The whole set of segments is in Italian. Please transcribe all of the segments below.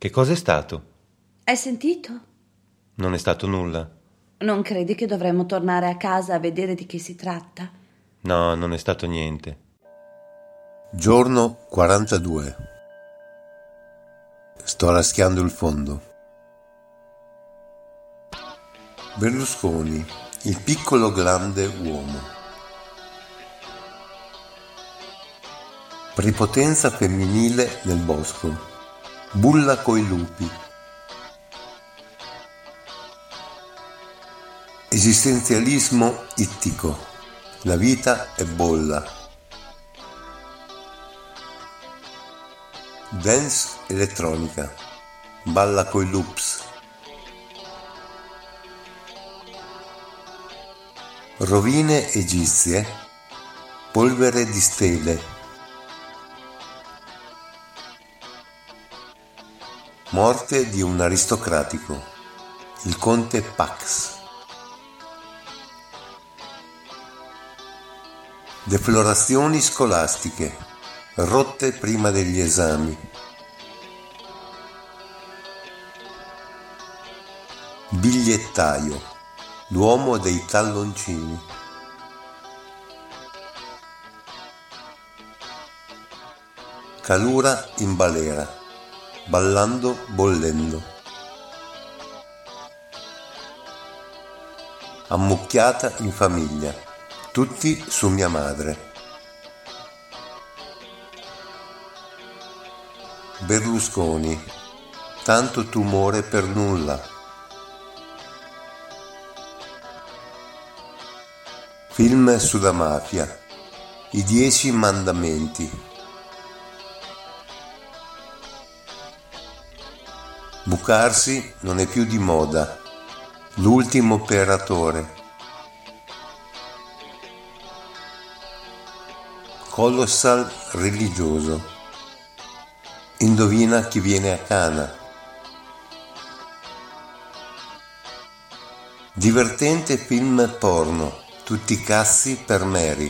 Che cosa è stato? Hai sentito? Non è stato nulla. Non credi che dovremmo tornare a casa a vedere di che si tratta? No, non è stato niente. Giorno 42. Sto raschiando il fondo. Berlusconi, il piccolo grande uomo. Prepotenza femminile nel bosco. Bulla coi lupi. Esistenzialismo ittico. La vita è bolla. Dance elettronica. Balla coi loops. Rovine egizie. Polvere di stele. Morte di un aristocratico, il conte Pax. Deflorazioni scolastiche, rotte prima degli esami. Bigliettaio, l'uomo dei talloncini. Calura in balera, ballando bollendo. Ammucchiata in famiglia, tutti su mia madre. Berlusconi, tanto tumore per nulla. Film sulla mafia, i 10 mandamenti. Bucarsi non è più di moda. L'ultimo operatore. Colossal religioso. Indovina chi viene a Cana. Divertente film porno. Tutti cazzi per Mary.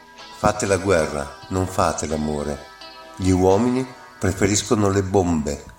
Fate la guerra, non fate l'amore. Gli uomini preferiscono le bombe.